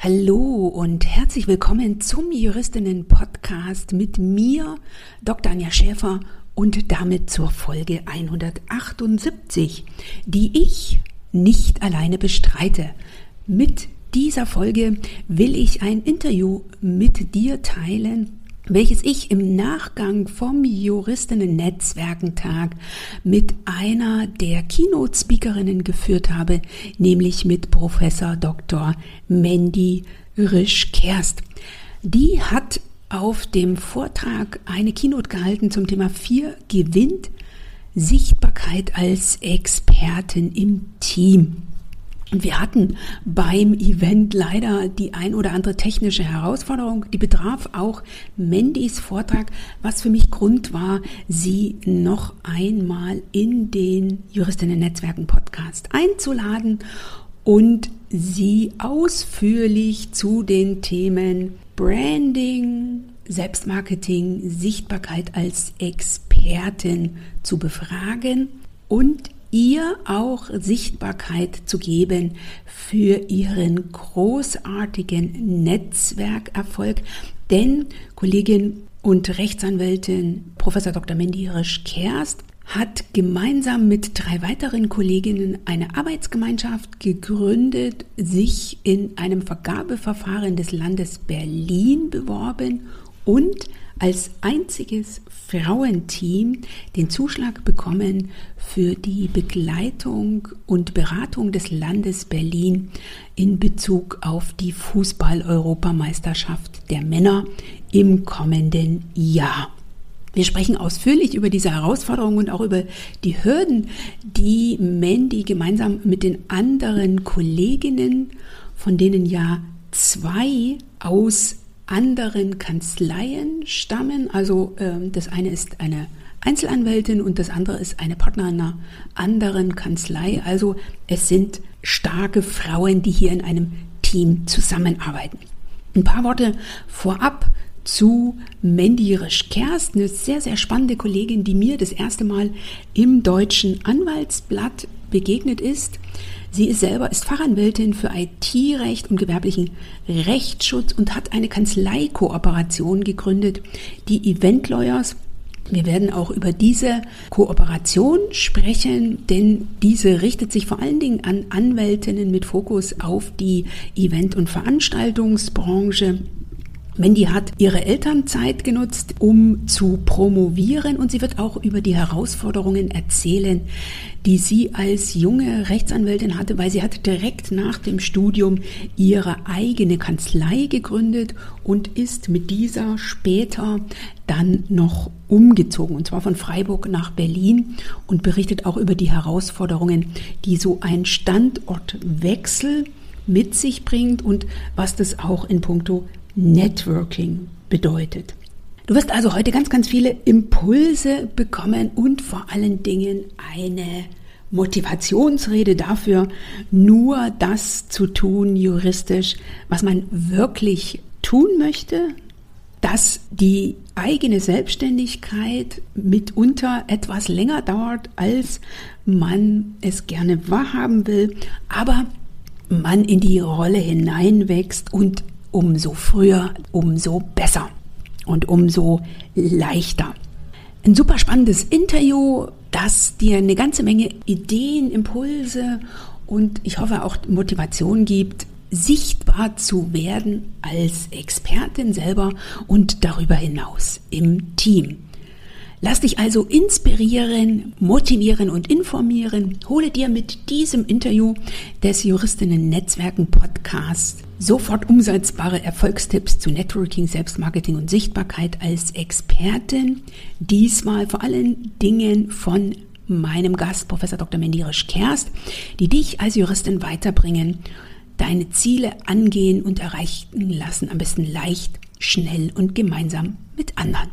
Hallo und herzlich willkommen zum Juristinnen-Podcast mit mir, Dr. Anja Schäfer, und damit zur Folge 178, die ich nicht alleine bestreite. Mit dieser Folge will ich ein Interview mit dir teilen, welches ich im Nachgang vom Juristinnen-Netzwerkentag mit einer der Keynote-Speakerinnen geführt habe, nämlich mit Professor Dr. Mandy Risch-Kerst. Die hat auf dem Vortrag eine Keynote gehalten zum Thema 4 gewinnt Sichtbarkeit als Expertin im Team. Und wir hatten beim Event leider die ein oder andere technische Herausforderung, die betraf auch Mandys Vortrag, was für mich Grund war, sie noch einmal in den Juristinnen-Netzwerken-Podcast einzuladen und sie ausführlich zu den Themen Branding, Selbstmarketing, Sichtbarkeit als Expertin zu befragen und ihr auch Sichtbarkeit zu geben für ihren großartigen Netzwerkerfolg. Denn Kollegin und Rechtsanwältin Professor Dr. Mandy Risch-Kerst hat gemeinsam mit 3 weiteren Kolleginnen eine Arbeitsgemeinschaft gegründet, sich in einem Vergabeverfahren des Landes Berlin beworben und als einziges Frauenteam den Zuschlag bekommen für die Begleitung und Beratung des Landes Berlin in Bezug auf die Fußball-Europameisterschaft der Männer im kommenden Jahr. Wir sprechen ausführlich über diese Herausforderungen und auch über die Hürden, die Mandy gemeinsam mit den anderen Kolleginnen, von denen ja 2 aus anderen Kanzleien stammen. Also das eine ist eine Einzelanwältin und das andere ist eine Partnerin einer anderen Kanzlei. Also es sind starke Frauen, die hier in einem Team zusammenarbeiten. Ein paar Worte vorab zu Mandy Risch-Kerst, eine sehr, sehr spannende Kollegin, die mir das erste Mal im Deutschen Anwaltsblatt begegnet ist. Sie ist Fachanwältin für IT-Recht und gewerblichen Rechtsschutz und hat eine Kanzleikooperation gegründet, die Event Lawyers. Wir werden auch über diese Kooperation sprechen, denn diese richtet sich vor allen Dingen an Anwältinnen mit Fokus auf die Event- und Veranstaltungsbranche. Mandy hat ihre Elternzeit genutzt, um zu promovieren, und sie wird auch über die Herausforderungen erzählen, die sie als junge Rechtsanwältin hatte, weil sie hat direkt nach dem Studium ihre eigene Kanzlei gegründet und ist mit dieser später dann noch umgezogen, und zwar von Freiburg nach Berlin, und berichtet auch über die Herausforderungen, die so ein Standortwechsel mit sich bringt und was das auch in puncto Networking bedeutet. Du wirst also heute ganz, ganz viele Impulse bekommen und vor allen Dingen eine Motivationsrede dafür, nur das zu tun juristisch, was man wirklich tun möchte, dass die eigene Selbstständigkeit mitunter etwas länger dauert, als man es gerne wahrhaben will, aber man in die Rolle hineinwächst und umso früher, umso besser und umso leichter. Ein super spannendes Interview, das dir eine ganze Menge Ideen, Impulse und ich hoffe auch Motivation gibt, sichtbar zu werden als Expertin selber und darüber hinaus im Team. Lass dich also inspirieren, motivieren und informieren. Hole dir mit diesem Interview des Juristinnen-Netzwerken-Podcasts sofort umsetzbare Erfolgstipps zu Networking, Selbstmarketing und Sichtbarkeit als Expertin. Diesmal vor allen Dingen von meinem Gast, Professor Dr. Mandy Risch-Kerst, die dich als Juristin weiterbringen, deine Ziele angehen und erreichen lassen, am besten leicht, schnell und gemeinsam mit anderen.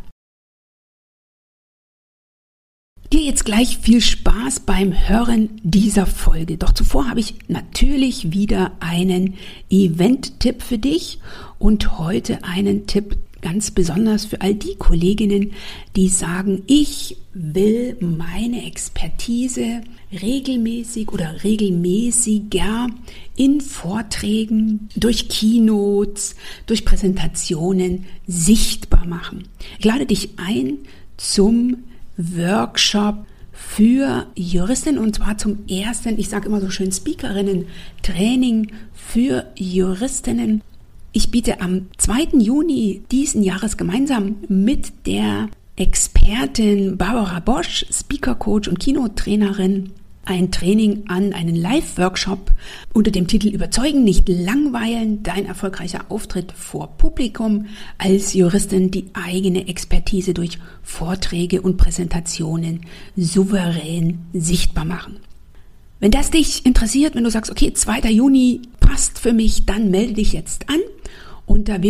Dir jetzt gleich viel Spaß beim Hören dieser Folge. Doch zuvor habe ich natürlich wieder einen Event-Tipp für dich und heute einen Tipp ganz besonders für all die Kolleginnen, die sagen, ich will meine Expertise regelmäßig oder regelmäßiger in Vorträgen, durch Keynotes, durch Präsentationen sichtbar machen. Ich lade dich ein zum Workshop für Juristinnen und zwar zum ersten, ich sage immer so schön, Speakerinnen-Training für Juristinnen. Ich biete am 2. Juni diesen Jahres gemeinsam mit der Expertin Barbara Bosch, Speaker-Coach und Keynote-Trainerin, ein Training an, einen Live-Workshop unter dem Titel Überzeugen, nicht langweilen, dein erfolgreicher Auftritt vor Publikum als Juristin, die eigene Expertise durch Vorträge und Präsentationen souverän sichtbar machen. Wenn das dich interessiert, wenn du sagst, okay, 2. Juni passt für mich, dann melde dich jetzt an unter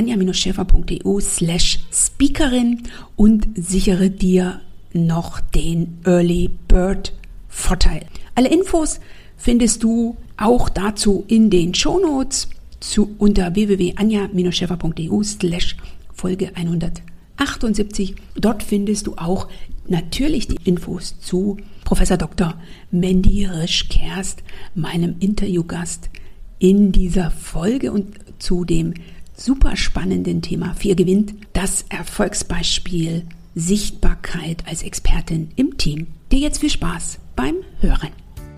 www.anja-schäfer.eu/Speakerin und sichere dir noch den Early Bird Vorteil. Alle Infos findest du auch dazu in den Shownotes unter www.anja-schäfer.eu/Folge 178. Dort findest du auch natürlich die Infos zu Professor Dr. Mandy Risch-Kerst, meinem Interviewgast in dieser Folge und zu dem super spannenden Thema 4 gewinnt, das Erfolgsbeispiel Sichtbarkeit als Expertin im Team. Dir jetzt viel Spaß beim Hören.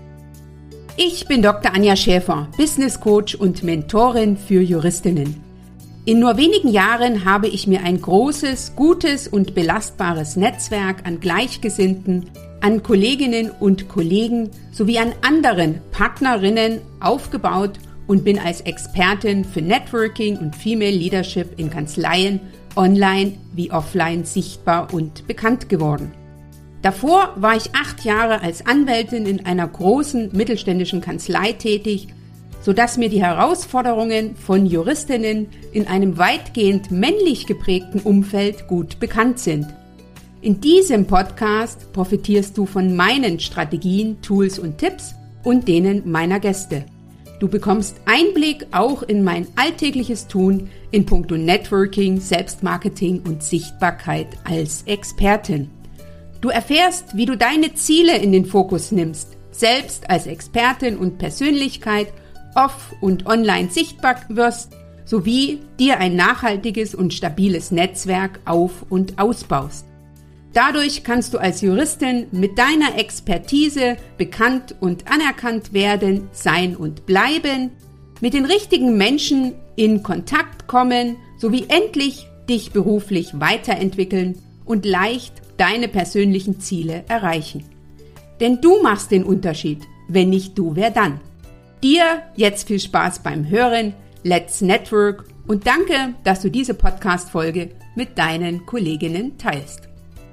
Ich bin Dr. Anja Schäfer, Business Coach und Mentorin für Juristinnen. In nur wenigen Jahren habe ich mir ein großes, gutes und belastbares Netzwerk an Gleichgesinnten, an Kolleginnen und Kollegen sowie an anderen Partnerinnen aufgebaut und bin als Expertin für Networking und Female Leadership in Kanzleien online wie offline sichtbar und bekannt geworden. Davor war ich 8 Jahre als Anwältin in einer großen mittelständischen Kanzlei tätig, sodass mir die Herausforderungen von Juristinnen in einem weitgehend männlich geprägten Umfeld gut bekannt sind. In diesem Podcast profitierst du von meinen Strategien, Tools und Tipps und denen meiner Gäste. Du bekommst Einblick auch in mein alltägliches Tun in puncto Networking, Selbstmarketing und Sichtbarkeit als Expertin. Du erfährst, wie du deine Ziele in den Fokus nimmst, selbst als Expertin und Persönlichkeit off- und online sichtbar wirst, sowie dir ein nachhaltiges und stabiles Netzwerk auf- und ausbaust. Dadurch kannst du als Juristin mit deiner Expertise bekannt und anerkannt werden, sein und bleiben, mit den richtigen Menschen in Kontakt kommen, sowie endlich dich beruflich weiterentwickeln und leicht deine persönlichen Ziele erreichen. Denn du machst den Unterschied. Wenn nicht du, wer dann? Dir jetzt viel Spaß beim Hören, let's network und danke, dass du diese Podcast-Folge mit deinen Kolleginnen teilst.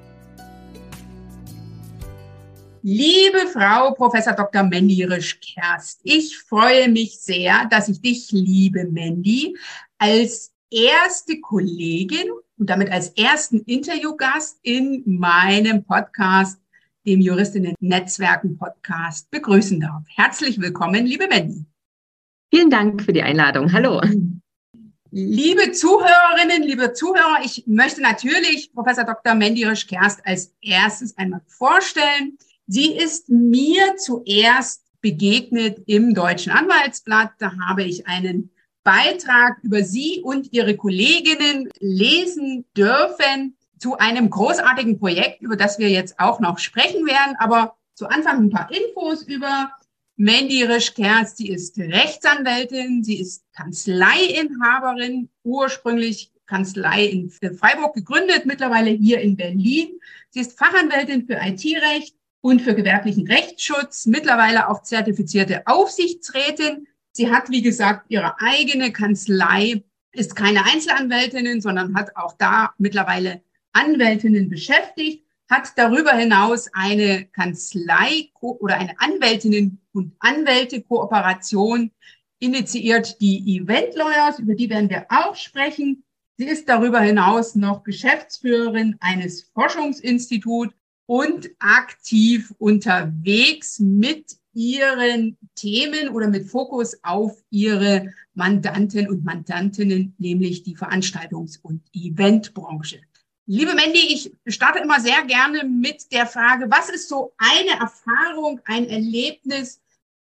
Liebe Frau Professor Dr. Mandy Risch-Kerst, ich freue mich sehr, dass ich dich, liebe Mandy, als erste Kollegin und damit als ersten Interviewgast in meinem Podcast, dem Juristinnen-Netzwerken-Podcast, begrüßen darf. Herzlich willkommen, liebe Mandy. Vielen Dank für die Einladung. Hallo. Liebe Zuhörerinnen, liebe Zuhörer, ich möchte natürlich Professor Dr. Mandy Risch-Kerst als erstes einmal vorstellen. Sie ist mir zuerst begegnet im Deutschen Anwaltsblatt. Da habe ich einen Beitrag über Sie und Ihre Kolleginnen lesen dürfen zu einem großartigen Projekt, über das wir jetzt auch noch sprechen werden. Aber zu Anfang ein paar Infos über Mandy Risch-Kerst. Sie ist Rechtsanwältin, sie ist Kanzleiinhaberin, ursprünglich Kanzlei in Freiburg gegründet, mittlerweile hier in Berlin. Sie ist Fachanwältin für IT-Recht und für gewerblichen Rechtsschutz, mittlerweile auch zertifizierte Aufsichtsrätin. Sie hat, wie gesagt, ihre eigene Kanzlei, ist keine Einzelanwältin, sondern hat auch da mittlerweile Anwältinnen beschäftigt, hat darüber hinaus eine Kanzlei oder eine Anwältinnen- und Anwälte-Kooperation initiiert, die Event Lawyers, über die werden wir auch sprechen. Sie ist darüber hinaus noch Geschäftsführerin eines Forschungsinstituts und aktiv unterwegs mit ihren Themen oder mit Fokus auf ihre Mandanten und Mandantinnen, nämlich die Veranstaltungs- und Eventbranche. Liebe Mandy, ich starte immer sehr gerne mit der Frage, was ist so eine Erfahrung, ein Erlebnis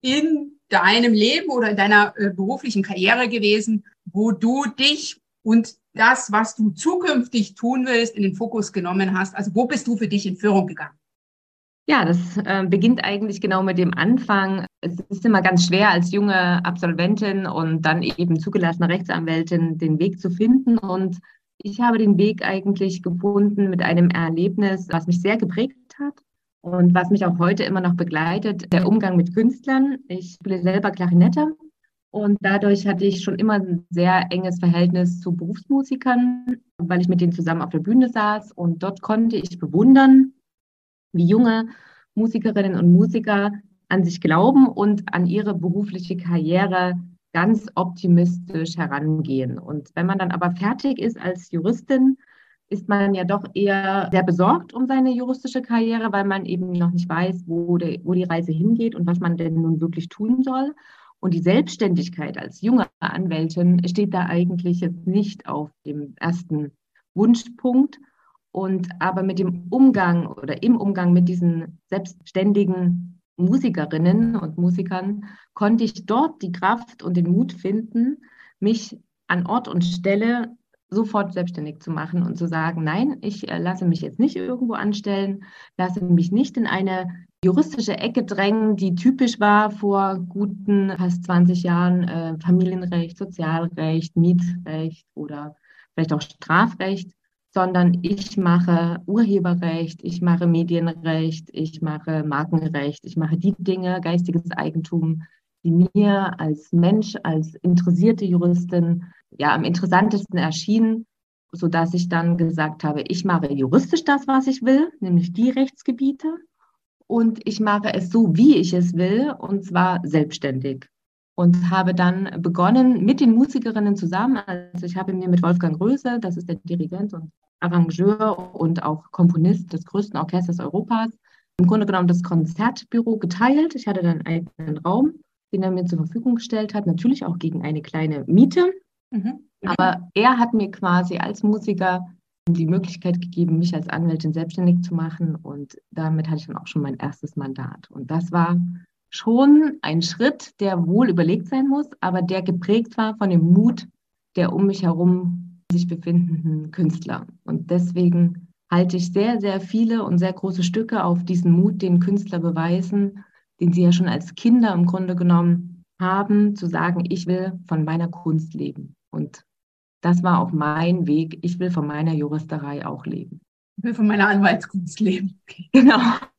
in deinem Leben oder in deiner beruflichen Karriere gewesen, wo du dich und das, was du zukünftig tun willst, in den Fokus genommen hast? Also wo bist du für dich in Führung gegangen? Ja, das beginnt eigentlich genau mit dem Anfang. Es ist immer ganz schwer, als junge Absolventin und dann eben zugelassene Rechtsanwältin den Weg zu finden. Und ich habe den Weg eigentlich gefunden mit einem Erlebnis, was mich sehr geprägt hat und was mich auch heute immer noch begleitet, der Umgang mit Künstlern. Ich spiele selber Klarinette und dadurch hatte ich schon immer ein sehr enges Verhältnis zu Berufsmusikern, weil ich mit denen zusammen auf der Bühne saß und dort konnte ich bewundern, wie junge Musikerinnen und Musiker an sich glauben und an ihre berufliche Karriere ganz optimistisch herangehen. Und wenn man dann aber fertig ist als Juristin, ist man ja doch eher sehr besorgt um seine juristische Karriere, weil man eben noch nicht weiß, wo die Reise hingeht und was man denn nun wirklich tun soll. Und die Selbstständigkeit als junge Anwältin steht da eigentlich jetzt nicht auf dem ersten Wunschpunkt. Und aber mit dem Umgang oder im Umgang mit diesen selbstständigen Musikerinnen und Musikern konnte ich dort die Kraft und den Mut finden, mich an Ort und Stelle sofort selbstständig zu machen und zu sagen, nein, ich lasse mich jetzt nicht irgendwo anstellen, lasse mich nicht in eine juristische Ecke drängen, die typisch war vor guten fast 20 Jahren, Familienrecht, Sozialrecht, Mietrecht oder vielleicht auch Strafrecht, sondern ich mache Urheberrecht, ich mache Medienrecht, ich mache Markenrecht, ich mache die Dinge, geistiges Eigentum, die mir als Mensch, als interessierte Juristin ja am interessantesten erschienen, sodass ich dann gesagt habe, ich mache juristisch das, was ich will, nämlich die Rechtsgebiete, und ich mache es so, wie ich es will, und zwar selbstständig. Und habe dann begonnen mit den Musikerinnen zusammen. Also ich habe mir mit Wolfgang Röse, das ist der Dirigent und Arrangeur und auch Komponist des größten Orchesters Europas, im Grunde genommen das Konzertbüro geteilt. Ich hatte dann einen eigenen Raum, den er mir zur Verfügung gestellt hat, natürlich auch gegen eine kleine Miete. Aber er hat mir quasi als Musiker die Möglichkeit gegeben, mich als Anwältin selbstständig zu machen. Und damit hatte ich dann auch schon mein erstes Mandat. Und das war schon ein Schritt, der wohl überlegt sein muss, aber der geprägt war von dem Mut der um mich herum sich befindenden Künstler. Und deswegen halte ich sehr, sehr viele und sehr große Stücke auf diesen Mut, den Künstler beweisen, den sie ja schon als Kinder im Grunde genommen haben, zu sagen, ich will von meiner Kunst leben. Und das war auch mein Weg. Ich will von meiner Juristerei auch leben. Ich will von meiner Anwaltskunst leben. Okay. Genau.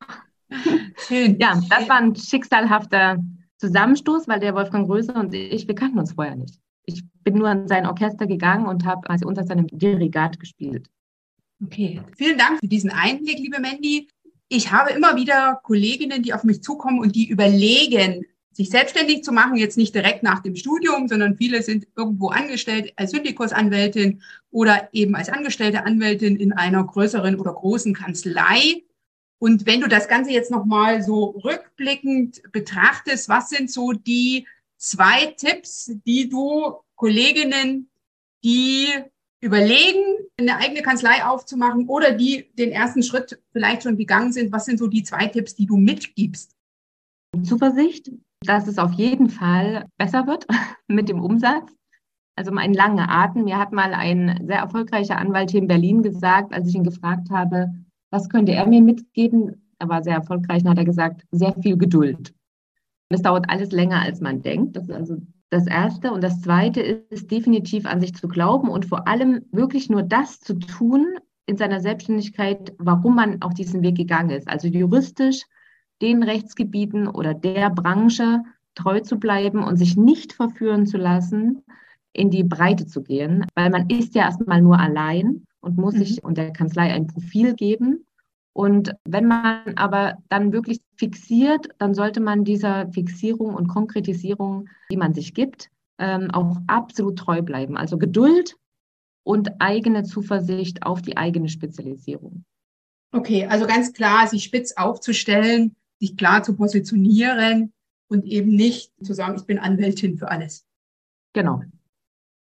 Schön. Ja, das war ein schicksalhafter Zusammenstoß, weil der Wolfgang Röse und ich, wir kannten uns vorher nicht. Ich bin nur in sein Orchester gegangen und habe quasi unter seinem Dirigat gespielt. Okay, vielen Dank für diesen Einblick, liebe Mandy. Ich habe immer wieder Kolleginnen, die auf mich zukommen und die überlegen, sich selbstständig zu machen, jetzt nicht direkt nach dem Studium, sondern viele sind irgendwo angestellt als Syndikusanwältin oder eben als angestellte Anwältin in einer größeren oder großen Kanzlei. Und wenn du das Ganze jetzt nochmal so rückblickend betrachtest, was sind so die 2 Tipps, die du Kolleginnen, die überlegen, eine eigene Kanzlei aufzumachen oder die den ersten Schritt vielleicht schon gegangen sind, was sind so die 2 Tipps, die du mitgibst? Zuversicht, dass es auf jeden Fall besser wird mit dem Umsatz. Also einen langen Atem. Mir hat mal ein sehr erfolgreicher Anwalt hier in Berlin gesagt, als ich ihn gefragt habe, was könnte er mir mitgeben? Er war sehr erfolgreich und hat er gesagt, sehr viel Geduld. Es dauert alles länger, als man denkt. Das ist also das Erste. Und das Zweite ist definitiv an sich zu glauben und vor allem wirklich nur das zu tun in seiner Selbstständigkeit, warum man auf diesen Weg gegangen ist. Also juristisch den Rechtsgebieten oder der Branche treu zu bleiben und sich nicht verführen zu lassen, in die Breite zu gehen, weil man ist ja erstmal nur allein und muss sich und der Kanzlei ein Profil geben. Und wenn man aber dann wirklich fixiert, dann sollte man dieser Fixierung und Konkretisierung, die man sich gibt, auch absolut treu bleiben. Also Geduld und eigene Zuversicht auf die eigene Spezialisierung. Okay, also ganz klar, sich spitz aufzustellen, sich klar zu positionieren und eben nicht zu sagen, ich bin Anwältin für alles. Genau.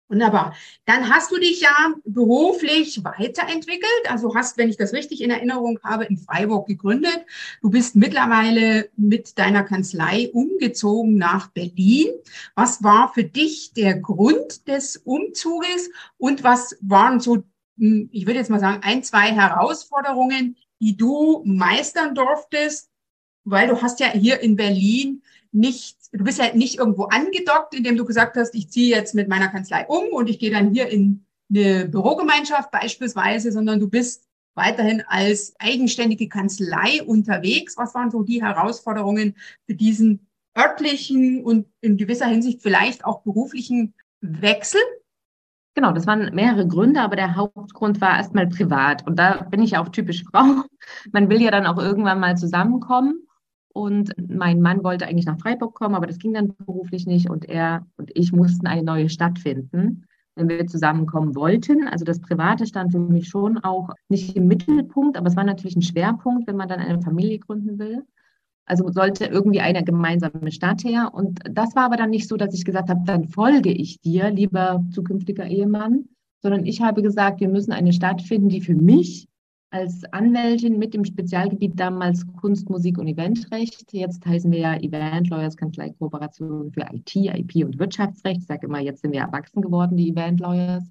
Wunderbar. Dann hast du dich ja beruflich weiterentwickelt. Also hast, wenn ich das richtig in Erinnerung habe, in Freiburg gegründet. Du bist mittlerweile mit deiner Kanzlei umgezogen nach Berlin. Was war für dich der Grund des Umzuges und was waren so, ich würde jetzt mal sagen, ein, zwei Herausforderungen, die du meistern durftest, weil du hast ja hier in Berlin nicht, du bist ja nicht irgendwo angedockt, indem du gesagt hast, ich ziehe jetzt mit meiner Kanzlei um und ich gehe dann hier in eine Bürogemeinschaft beispielsweise, sondern du bist weiterhin als eigenständige Kanzlei unterwegs. Was waren so die Herausforderungen für diesen örtlichen und in gewisser Hinsicht vielleicht auch beruflichen Wechsel? Genau, das waren mehrere Gründe, aber der Hauptgrund war erstmal privat. Und da bin ich ja auch typisch Frau. Man will ja dann auch irgendwann mal zusammenkommen. Und mein Mann wollte eigentlich nach Freiburg kommen, aber das ging dann beruflich nicht. Und er und ich mussten eine neue Stadt finden, wenn wir zusammenkommen wollten. Also das Private stand für mich schon auch nicht im Mittelpunkt, aber es war natürlich ein Schwerpunkt, wenn man dann eine Familie gründen will. Also sollte irgendwie eine gemeinsame Stadt her. Und das war aber dann nicht so, dass ich gesagt habe, dann folge ich dir, lieber zukünftiger Ehemann, sondern ich habe gesagt, wir müssen eine Stadt finden, die für mich als Anwältin mit dem Spezialgebiet damals Kunst, Musik und Eventrecht, jetzt heißen wir ja Event Lawyers Kanzlei Kooperation für IT, IP und Wirtschaftsrecht. Ich sage immer, jetzt sind wir erwachsen geworden, die Event Lawyers.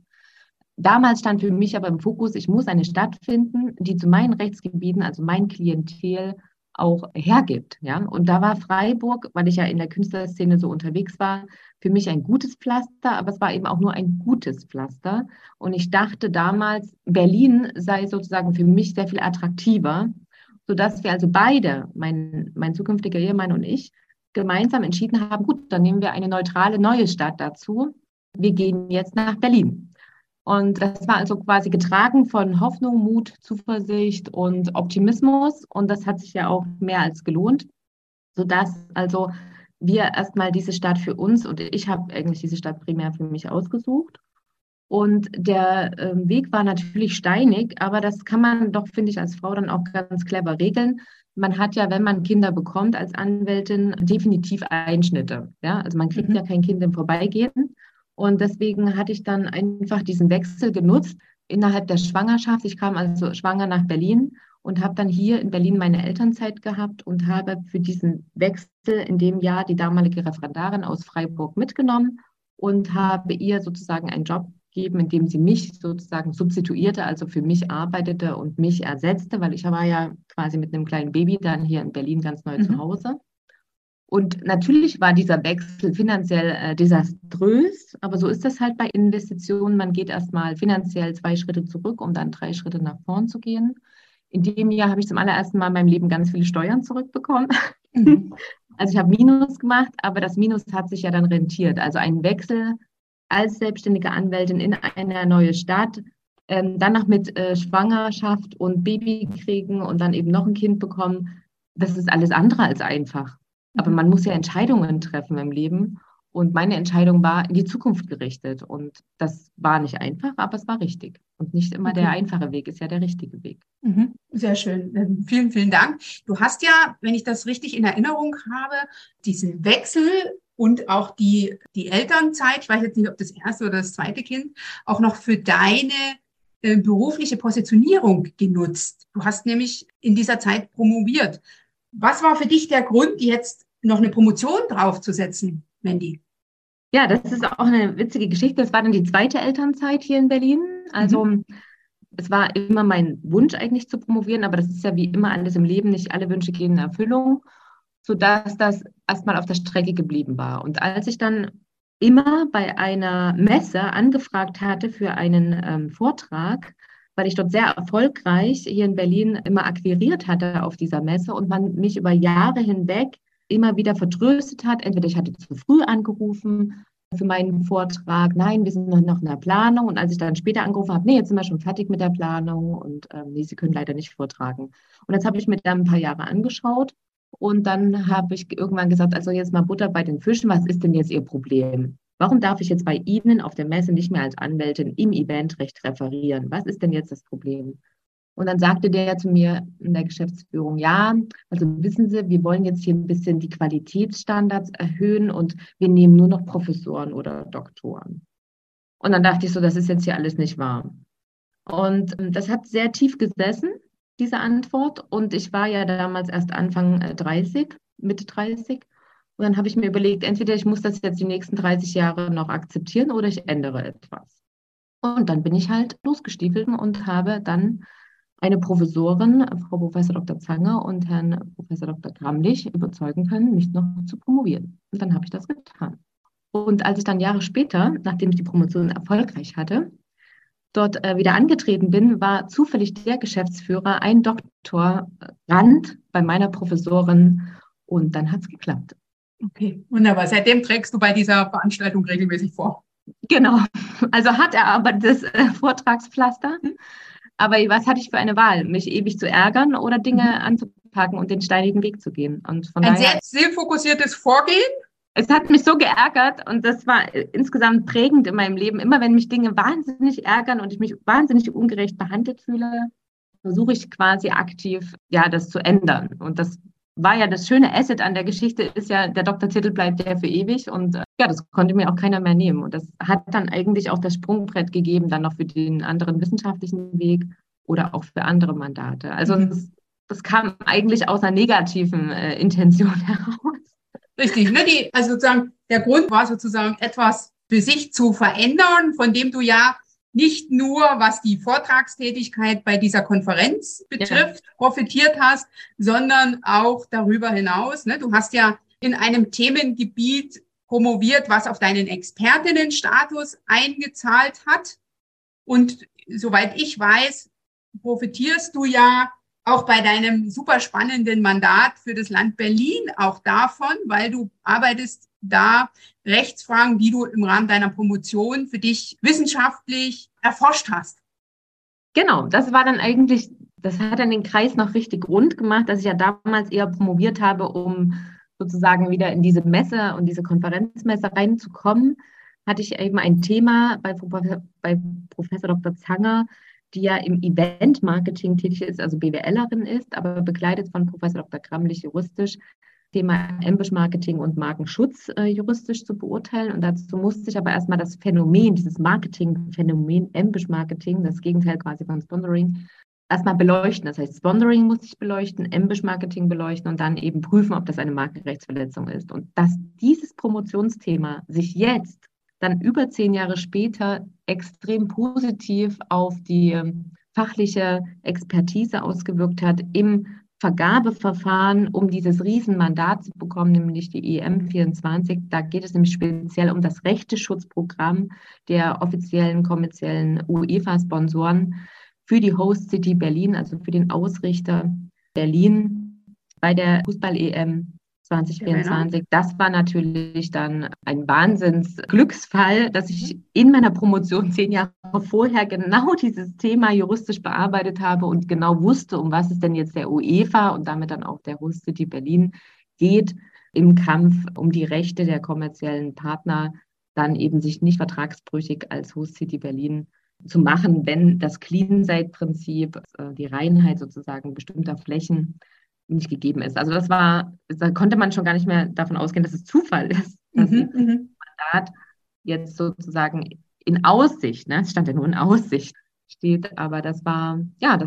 Damals stand für mich aber im Fokus, ich muss eine Stadt finden, die zu meinen Rechtsgebieten, also mein Klientel, auch hergibt. Ja? Und da war Freiburg, weil ich ja in der Künstlerszene so unterwegs war, für mich ein gutes Pflaster, aber es war eben auch nur ein gutes Pflaster. Und ich dachte damals, Berlin sei sozusagen für mich sehr viel attraktiver, sodass wir also beide, mein zukünftiger Ehemann und ich, gemeinsam entschieden haben, gut, dann nehmen wir eine neutrale neue Stadt dazu. Wir gehen jetzt nach Berlin. Und das war also quasi getragen von Hoffnung, Mut, Zuversicht und Optimismus. Und das hat sich ja auch mehr als gelohnt, sodass also wir erstmal diese Stadt für uns und ich habe eigentlich diese Stadt primär für mich ausgesucht. Und der Weg war natürlich steinig, aber das kann man doch, finde ich, als Frau dann auch ganz clever regeln. Man hat ja, wenn man Kinder bekommt als Anwältin, definitiv Einschnitte. Ja? Also man kriegt ja kein Kind im Vorbeigehen. Und deswegen hatte ich dann einfach diesen Wechsel genutzt innerhalb der Schwangerschaft. Ich kam also schwanger nach Berlin und habe dann hier in Berlin meine Elternzeit gehabt und habe für diesen Wechsel in dem Jahr die damalige Referendarin aus Freiburg mitgenommen und habe ihr sozusagen einen Job gegeben, in dem sie mich sozusagen substituierte, also für mich arbeitete und mich ersetzte, weil ich war ja quasi mit einem kleinen Baby dann hier in Berlin ganz neu zu Hause. Und natürlich war dieser Wechsel finanziell desaströs, aber so ist das halt bei Investitionen. Man geht erstmal finanziell 2 Schritte zurück, um dann 3 Schritte nach vorn zu gehen. In dem Jahr habe ich zum allerersten Mal in meinem Leben ganz viele Steuern zurückbekommen. Also ich habe Minus gemacht, aber das Minus hat sich ja dann rentiert. Also ein Wechsel als selbstständige Anwältin in eine neue Stadt, dann noch mit Schwangerschaft und Baby kriegen und dann eben noch ein Kind bekommen, das ist alles andere als einfach. Aber man muss ja Entscheidungen treffen im Leben. Und meine Entscheidung war in die Zukunft gerichtet. Und das war nicht einfach, aber es war richtig. Und nicht immer der einfache Weg ist ja der richtige Weg. Sehr schön. Vielen, vielen Dank. Du hast ja, wenn ich das richtig in Erinnerung habe, diesen Wechsel und auch die Elternzeit, ich weiß jetzt nicht, ob das erste oder das zweite Kind, auch noch für deine berufliche Positionierung genutzt. Du hast nämlich in dieser Zeit promoviert. Was war für dich der Grund, jetzt noch eine Promotion draufzusetzen, Mandy? Ja, das ist auch eine witzige Geschichte. Das war dann die zweite Elternzeit hier in Berlin. Also es war immer mein Wunsch eigentlich zu promovieren, aber das ist ja wie immer alles im Leben, nicht alle Wünsche gehen in Erfüllung, sodass das erstmal auf der Strecke geblieben war. Und als ich dann immer bei einer Messe angefragt hatte für einen Vortrag, weil ich dort sehr erfolgreich hier in Berlin immer akquiriert hatte auf dieser Messe und man mich über Jahre hinweg immer wieder vertröstet hat. Entweder ich hatte zu früh angerufen für meinen Vortrag, nein, wir sind noch in der Planung. Und als ich dann später angerufen habe, nee, jetzt sind wir schon fertig mit der Planung und nee, Sie können leider nicht vortragen. Und das habe ich mir dann ein paar Jahre angeschaut und dann habe ich irgendwann gesagt, also jetzt mal Butter bei den Fischen, was ist denn jetzt Ihr Problem? Warum darf ich jetzt bei Ihnen auf der Messe nicht mehr als Anwältin im Eventrecht referieren? Was ist denn jetzt das Problem? Und dann sagte der zu mir in der Geschäftsführung, ja, also wissen Sie, wir wollen jetzt hier ein bisschen die Qualitätsstandards erhöhen und wir nehmen nur noch Professoren oder Doktoren. Und dann dachte ich so, das ist jetzt hier alles nicht wahr. Und das hat sehr tief gesessen, diese Antwort. Und ich war ja damals erst Anfang 30, Mitte 30. Und dann habe ich mir überlegt, entweder ich muss das jetzt die nächsten 30 Jahre noch akzeptieren oder ich ändere etwas. Und dann bin ich halt losgestiefelt und habe dann eine Professorin, Frau Professor Dr. Zanger und Herrn Professor Dr. Gramlich überzeugen können, mich noch zu promovieren. Und dann habe ich das getan. Und als ich dann Jahre später, nachdem ich die Promotion erfolgreich hatte, dort wieder angetreten bin, war zufällig der Geschäftsführer ein Doktorand bei meiner Professorin und dann hat es geklappt. Okay, wunderbar. Seitdem trägst du bei dieser Veranstaltung regelmäßig vor. Genau, also hat er aber das Vortragspflaster. Aber was hatte ich für eine Wahl? Mich ewig zu ärgern oder Dinge anzupacken und den steinigen Weg zu gehen? Und von Ein daher, sehr zielfokussiertes Vorgehen. es hat mich so geärgert und das war insgesamt prägend in meinem Leben. Immer wenn mich Dinge wahnsinnig ärgern und ich mich wahnsinnig ungerecht behandelt fühle, versuche ich quasi aktiv, ja, das zu ändern. Und das war ja das schöne Asset an der Geschichte, ist ja, der Doktortitel bleibt der für ewig und ja, das konnte mir auch keiner mehr nehmen. Und das hat dann eigentlich auch das Sprungbrett gegeben, dann noch für den anderen wissenschaftlichen Weg oder auch für andere Mandate. Also das kam eigentlich aus einer negativen Intention heraus. Richtig, ne? Also sozusagen, der Grund war sozusagen etwas für sich zu verändern, von dem du ja nicht nur, was die Vortragstätigkeit bei dieser Konferenz betrifft, profitiert hast, sondern auch darüber hinaus. Ne? Du hast ja in einem Themengebiet promoviert, was auf deinen Expertinnenstatus eingezahlt hat. Und soweit ich weiß, profitierst du ja auch bei deinem super spannenden Mandat für das Land Berlin auch davon, weil du arbeitest da Rechtsfragen, die du im Rahmen deiner Promotion für dich wissenschaftlich erforscht hast. Genau, das war dann eigentlich, das hat dann den Kreis noch richtig rund gemacht, dass ich ja damals eher promoviert habe, um sozusagen wieder in diese Messe und diese Konferenzmesse reinzukommen, hatte ich eben ein Thema bei Professor Dr. Zanger, die ja im Event-Marketing tätig ist, also BWLerin ist, aber begleitet von Professor Dr. Gramlich juristisch, Thema Ambush-Marketing und Markenschutz juristisch zu beurteilen. Und dazu musste ich aber erstmal das Phänomen, dieses Marketing-Phänomen Ambush-Marketing, das Gegenteil quasi von Sponsoring, erstmal beleuchten. Das heißt, Sponsoring musste ich beleuchten, Ambush-Marketing beleuchten und dann eben prüfen, ob das eine Markenrechtsverletzung ist. Und dass dieses Promotionsthema sich jetzt dann über 10 Jahre später extrem positiv auf die fachliche Expertise ausgewirkt hat im Vergabeverfahren, um dieses Riesenmandat zu bekommen, nämlich die EM24. Da geht es nämlich speziell um das Rechteschutzprogramm der offiziellen kommerziellen UEFA-Sponsoren für die Host City Berlin, also für den Ausrichter Berlin bei der Fußball-EM 2024. Das war natürlich dann ein Wahnsinnsglücksfall, dass ich in meiner Promotion 10 Jahre vorher genau dieses Thema juristisch bearbeitet habe und genau wusste, um was es denn jetzt der UEFA und damit dann auch der Host City Berlin geht im Kampf um die Rechte der kommerziellen Partner, dann eben sich nicht vertragsbrüchig als Host City Berlin zu machen, wenn das Clean-Site-Prinzip, die Reinheit sozusagen bestimmter Flächen nicht gegeben ist. Also da konnte man schon gar nicht mehr davon ausgehen, dass es Zufall ist, dass das Mandat jetzt sozusagen in Aussicht, ne, es stand ja nur in Aussicht, steht, aber das war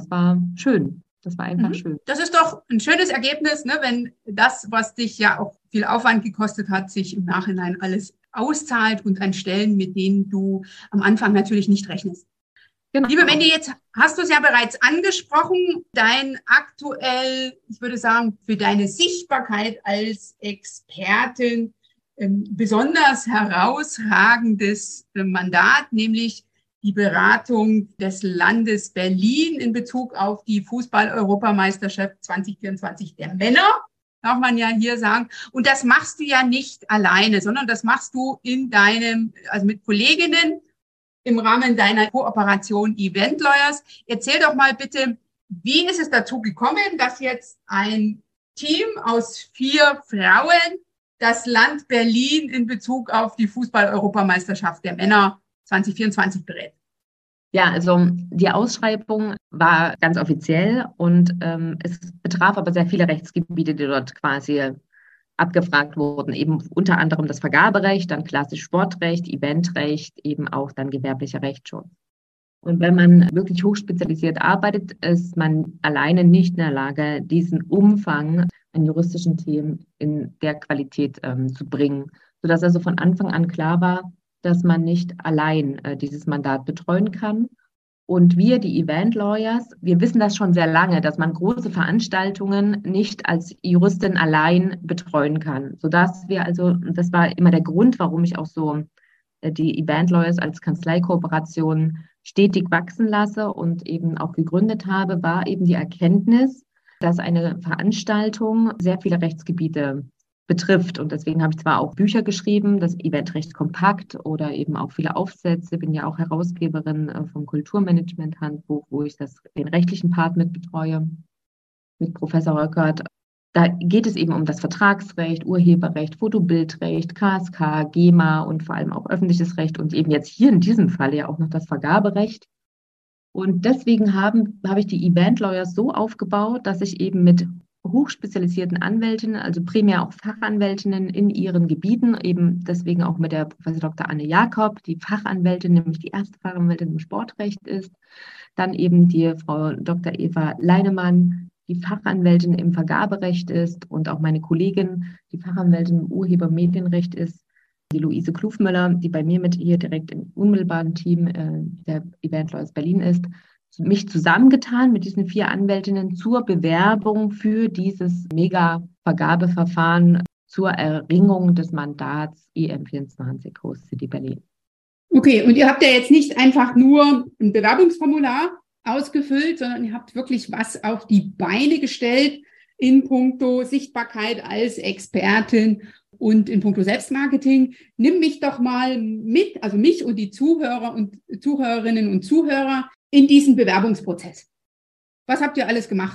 schön. Das war einfach schön. Das ist doch ein schönes Ergebnis, ne, wenn das, was dich ja auch viel Aufwand gekostet hat, sich im Nachhinein alles auszahlt und an Stellen, mit denen du am Anfang natürlich nicht rechnest. Genau. Liebe Mandy, jetzt hast du es ja bereits angesprochen, dein aktuell, ich würde sagen, für deine Sichtbarkeit als Expertin besonders herausragendes Mandat, nämlich die Beratung des Landes Berlin in Bezug auf die Fußball-Europameisterschaft 2024 der Männer, darf man ja hier sagen. Und das machst du ja nicht alleine, sondern das machst du also mit Kolleginnen im Rahmen deiner Kooperation Event Lawyers. Erzähl doch mal bitte, wie ist es dazu gekommen, dass jetzt ein Team aus 4 Frauen das Land Berlin in Bezug auf die Fußball-Europameisterschaft der Männer 2024 berät? Ja, also die Ausschreibung war ganz offiziell und es betraf aber sehr viele Rechtsgebiete, die dort quasi abgefragt wurden. Eben unter anderem das Vergaberecht, dann klassisch Sportrecht, Eventrecht, eben auch dann gewerblicher Rechtsschutz. Und wenn man wirklich hochspezialisiert arbeitet, ist man alleine nicht in der Lage, diesen Umfang an juristischen Themen in der Qualität zu bringen, sodass also von Anfang an klar war, dass man nicht allein dieses Mandat betreuen kann. Und wir, die Event Lawyers, wir wissen das schon sehr lange, dass man große Veranstaltungen nicht als Juristin allein betreuen kann, sodass wir also, das war immer der Grund, warum ich auch so die Event Lawyers als Kanzleikooperation stetig wachsen lasse und eben auch gegründet habe, war eben die Erkenntnis, dass eine Veranstaltung sehr viele Rechtsgebiete betrifft. Und deswegen habe ich zwar auch Bücher geschrieben, das Eventrecht kompakt oder eben auch viele Aufsätze, bin ja auch Herausgeberin vom Kulturmanagement-Handbuch, wo ich den rechtlichen Part mit betreue, mit Professor Röckert. Da geht es eben um das Vertragsrecht, Urheberrecht, Fotobildrecht, KSK, GEMA und vor allem auch öffentliches Recht und eben jetzt hier in diesem Fall ja auch noch das Vergaberecht. Und deswegen habe ich die Event Lawyers so aufgebaut, dass ich eben mit hochspezialisierten Anwältinnen, also primär auch Fachanwältinnen in ihren Gebieten, eben deswegen auch mit der Professor Dr. Anne Jakob, die Fachanwältin, nämlich die erste Fachanwältin im Sportrecht ist, dann eben die Frau Dr. Eva Leinemann, die Fachanwältin im Vergaberecht ist und auch meine Kollegin, die Fachanwältin im Urhebermedienrecht ist, die Luise Klufmüller, die bei mir mit hier direkt im unmittelbaren Team der Event Lawyers Berlin ist, mich zusammengetan mit diesen 4 Anwältinnen zur Bewerbung für dieses Mega-Vergabeverfahren zur Erringung des Mandats EM24 Host City Berlin. Okay, und ihr habt ja jetzt nicht einfach nur ein Bewerbungsformular ausgefüllt, sondern ihr habt wirklich was auf die Beine gestellt in puncto Sichtbarkeit als Expertin und in puncto Selbstmarketing. Nimm mich doch mal mit, also mich und die Zuhörer und Zuhörerinnen und Zuhörer in diesen Bewerbungsprozess. Was habt ihr alles gemacht?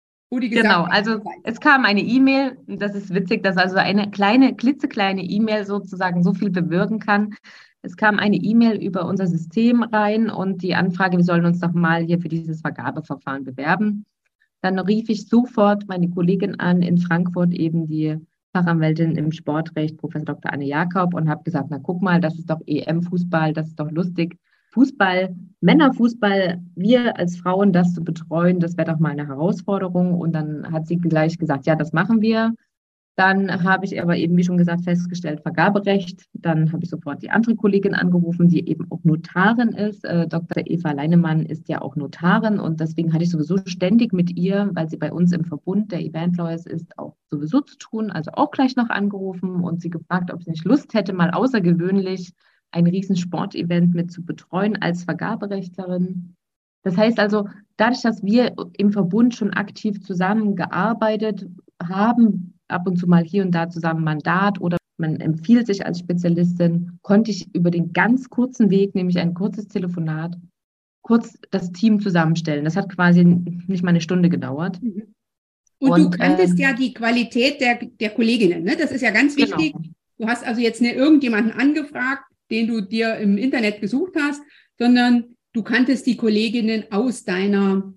Genau, also es kam eine E-Mail, das ist witzig, dass also eine klitzekleine E-Mail sozusagen so viel bewirken kann. Es kam eine E-Mail über unser System rein und die Anfrage, wir sollen uns doch mal hier für dieses Vergabeverfahren bewerben. Dann rief ich sofort meine Kollegin an in Frankfurt, eben die Fachanwältin im Sportrecht, Professor Dr. Anne Jakob, und habe gesagt, na guck mal, das ist doch EM-Fußball, das ist doch lustig. Fußball, Männerfußball, wir als Frauen das zu betreuen, das wäre doch mal eine Herausforderung. Und dann hat sie gleich gesagt, ja, das machen wir. Dann habe ich aber eben, wie schon gesagt, festgestellt, Vergaberecht. Dann habe ich sofort die andere Kollegin angerufen, die eben auch Notarin ist. Dr. Eva Leinemann ist ja auch Notarin und deswegen hatte ich sowieso ständig mit ihr, weil sie bei uns im Verbund der Event Lawyers ist, auch sowieso zu tun. Also auch gleich noch angerufen und sie gefragt, ob sie nicht Lust hätte, mal außergewöhnlich ein Riesensportevent mit zu betreuen als Vergaberechtlerin. Das heißt also, dadurch, dass wir im Verbund schon aktiv zusammengearbeitet haben, ab und zu mal hier und da zusammen Mandat oder man empfiehlt sich als Spezialistin, konnte ich über den ganz kurzen Weg, nämlich ein kurzes Telefonat, kurz das Team zusammenstellen. Das hat quasi nicht mal eine Stunde gedauert. Und du kanntest ja die Qualität der Kolleginnen, ne? Das ist ja ganz wichtig. Genau. Du hast also jetzt nicht irgendjemanden angefragt, den du dir im Internet gesucht hast, sondern du kanntest die Kolleginnen aus deiner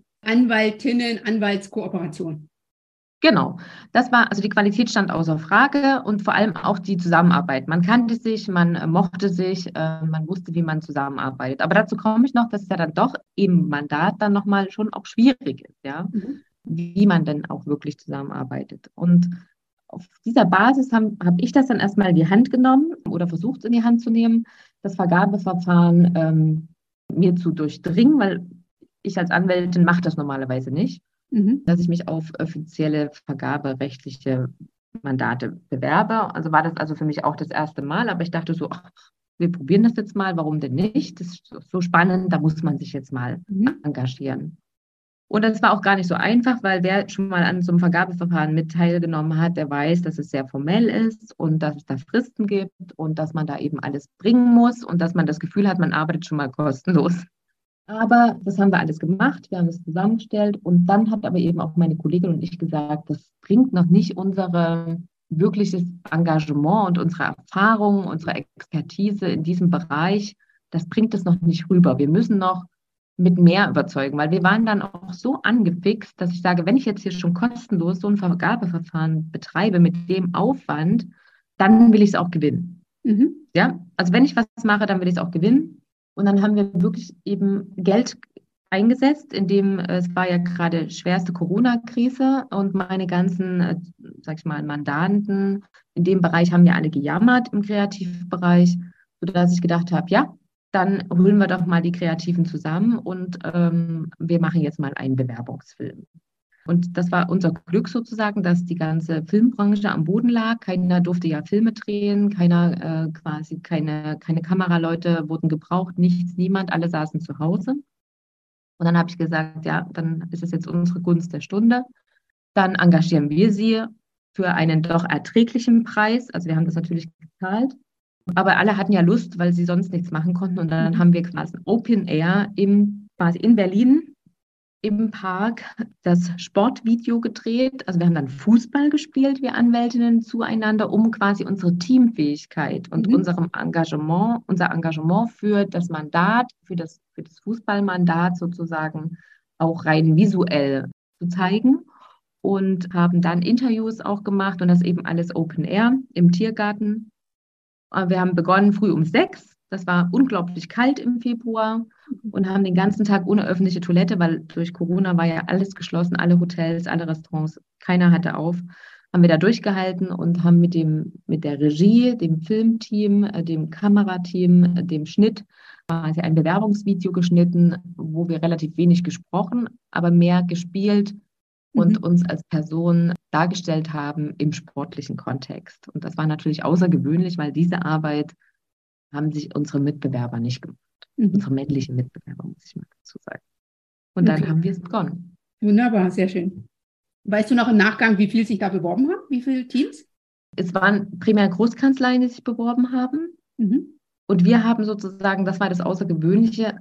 Anwaltskooperation. Genau, das war, also die Qualität stand außer Frage und vor allem auch die Zusammenarbeit. Man kannte sich, man mochte sich, man wusste, wie man zusammenarbeitet. Aber dazu komme ich noch, dass es ja dann doch im Mandat dann nochmal schon auch schwierig ist, ja, wie man denn auch wirklich zusammenarbeitet. Und auf dieser Basis habe ich das dann erstmal in die Hand genommen oder versucht es in die Hand zu nehmen, das Vergabeverfahren mir zu durchdringen, weil ich als Anwältin mache das normalerweise nicht, dass ich mich auf offizielle vergaberechtliche Mandate bewerbe. Also war das also für mich auch das erste Mal, aber ich dachte so, ach, wir probieren das jetzt mal, warum denn nicht? Das ist so spannend, da muss man sich jetzt mal engagieren. Und das war auch gar nicht so einfach, weil wer schon mal an so einem Vergabeverfahren mit teilgenommen hat, der weiß, dass es sehr formell ist und dass es da Fristen gibt und dass man da eben alles bringen muss und dass man das Gefühl hat, man arbeitet schon mal kostenlos. Aber das haben wir alles gemacht, wir haben es zusammengestellt und dann hat aber eben auch meine Kollegin und ich gesagt, das bringt noch nicht unser wirkliches Engagement und unsere Erfahrung, unsere Expertise in diesem Bereich, das bringt es noch nicht rüber. Wir müssen noch mit mehr überzeugen, weil wir waren dann auch so angefixt, dass ich sage, wenn ich jetzt hier schon kostenlos so ein Vergabeverfahren betreibe mit dem Aufwand, dann will ich es auch gewinnen. Mhm. Ja, also wenn ich was mache, dann will ich es auch gewinnen. Und dann haben wir wirklich eben Geld eingesetzt, indem es war ja gerade schwerste Corona-Krise und meine ganzen, sag ich mal, Mandanten in dem Bereich haben ja alle gejammert im Kreativbereich, sodass ich gedacht habe, ja, dann holen wir doch mal die Kreativen zusammen und wir machen jetzt mal einen Bewerbungsfilm. Und das war unser Glück sozusagen, dass die ganze Filmbranche am Boden lag. Keiner durfte ja Filme drehen, keiner quasi, keine Kameraleute wurden gebraucht, nichts, niemand, alle saßen zu Hause. Und dann habe ich gesagt, ja, dann ist es jetzt unsere Gunst der Stunde. Dann engagieren wir sie für einen doch erträglichen Preis. Also wir haben das natürlich gezahlt. Aber alle hatten ja Lust, weil sie sonst nichts machen konnten. Und dann haben wir quasi Open Air quasi in Berlin im Park das Sportvideo gedreht. Also wir haben dann Fußball gespielt, wir Anwältinnen zueinander, um quasi unsere Teamfähigkeit und unser Engagement für das Mandat, für das Fußballmandat sozusagen auch rein visuell zu zeigen. Und haben dann Interviews auch gemacht und das eben alles Open Air im Tiergarten. Wir haben begonnen früh um 6. Das war unglaublich kalt im Februar und haben den ganzen Tag ohne öffentliche Toilette, weil durch Corona war ja alles geschlossen, alle Hotels, alle Restaurants, keiner hatte auf, haben wir da durchgehalten und haben mit der Regie, dem Filmteam, dem Kamerateam, dem Schnitt quasi ein Bewerbungsvideo geschnitten, wo wir relativ wenig gesprochen, aber mehr gespielt und uns als Person dargestellt haben im sportlichen Kontext. Und das war natürlich außergewöhnlich, weil diese Arbeit haben sich unsere Mitbewerber nicht gemacht. Unsere männlichen Mitbewerber, muss ich mal dazu sagen. Und dann haben wir es begonnen. Wunderbar, sehr schön. Weißt du noch im Nachgang, wie viel sich da beworben haben? Wie viele Teams? Es waren primär Großkanzleien, die sich beworben haben. Und wir haben sozusagen, das war das Außergewöhnliche,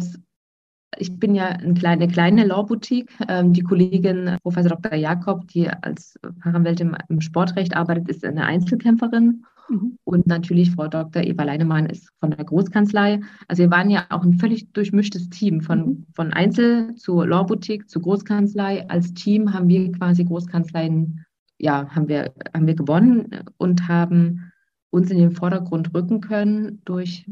ich bin ja eine kleine Law-Boutique. Die Kollegin Professor Dr. Jakob, die als Fachanwältin im Sportrecht arbeitet, ist eine Einzelkämpferin. Und natürlich Frau Dr. Eva Leinemann ist von der Großkanzlei. Also wir waren ja auch ein völlig durchmischtes Team von Einzel zu Law-Boutique zu Großkanzlei. Als Team haben wir quasi Großkanzleien, ja, haben wir gewonnen und haben uns in den Vordergrund rücken können durch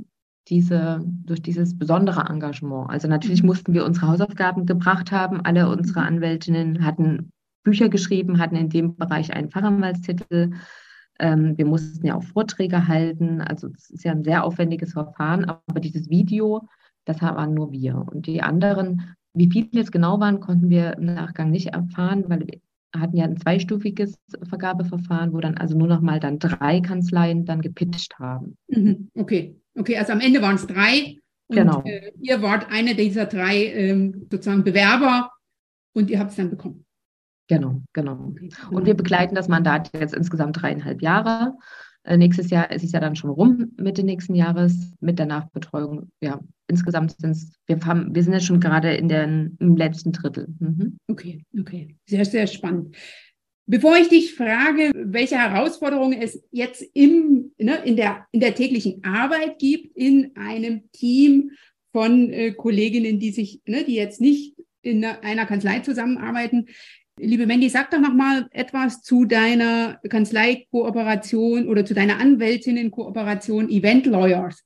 dieses besondere Engagement. Also natürlich mussten wir unsere Hausaufgaben gebracht haben. Alle unsere Anwältinnen hatten Bücher geschrieben, hatten in dem Bereich einen Fachanwaltstitel. Wir mussten ja auch Vorträge halten. Also es ist ja ein sehr aufwendiges Verfahren. Aber dieses Video, das waren nur wir. Und die anderen, wie viele es genau waren, konnten wir im Nachgang nicht erfahren, weil wir hatten ja ein zweistufiges Vergabeverfahren, wo dann also nur noch mal dann 3 Kanzleien dann gepitcht haben. Okay, also am Ende waren es 3 und genau. Ihr wart eine dieser 3 sozusagen Bewerber und ihr habt es dann bekommen. Genau. Okay. Und wir begleiten das Mandat jetzt insgesamt 3,5 Jahre. Nächstes Jahr ist es ja dann schon rum, Mitte nächsten Jahres mit der Nachbetreuung. Ja, insgesamt wir sind jetzt schon gerade im letzten Drittel. Okay. Sehr, sehr spannend. Bevor ich dich frage, welche Herausforderungen es jetzt in der täglichen Arbeit gibt, in einem Team von Kolleginnen, die jetzt nicht in einer Kanzlei zusammenarbeiten. Liebe Mandy, sag doch noch mal etwas zu deiner Kanzleikooperation oder zu deiner Anwältinnenkooperation Event Lawyers.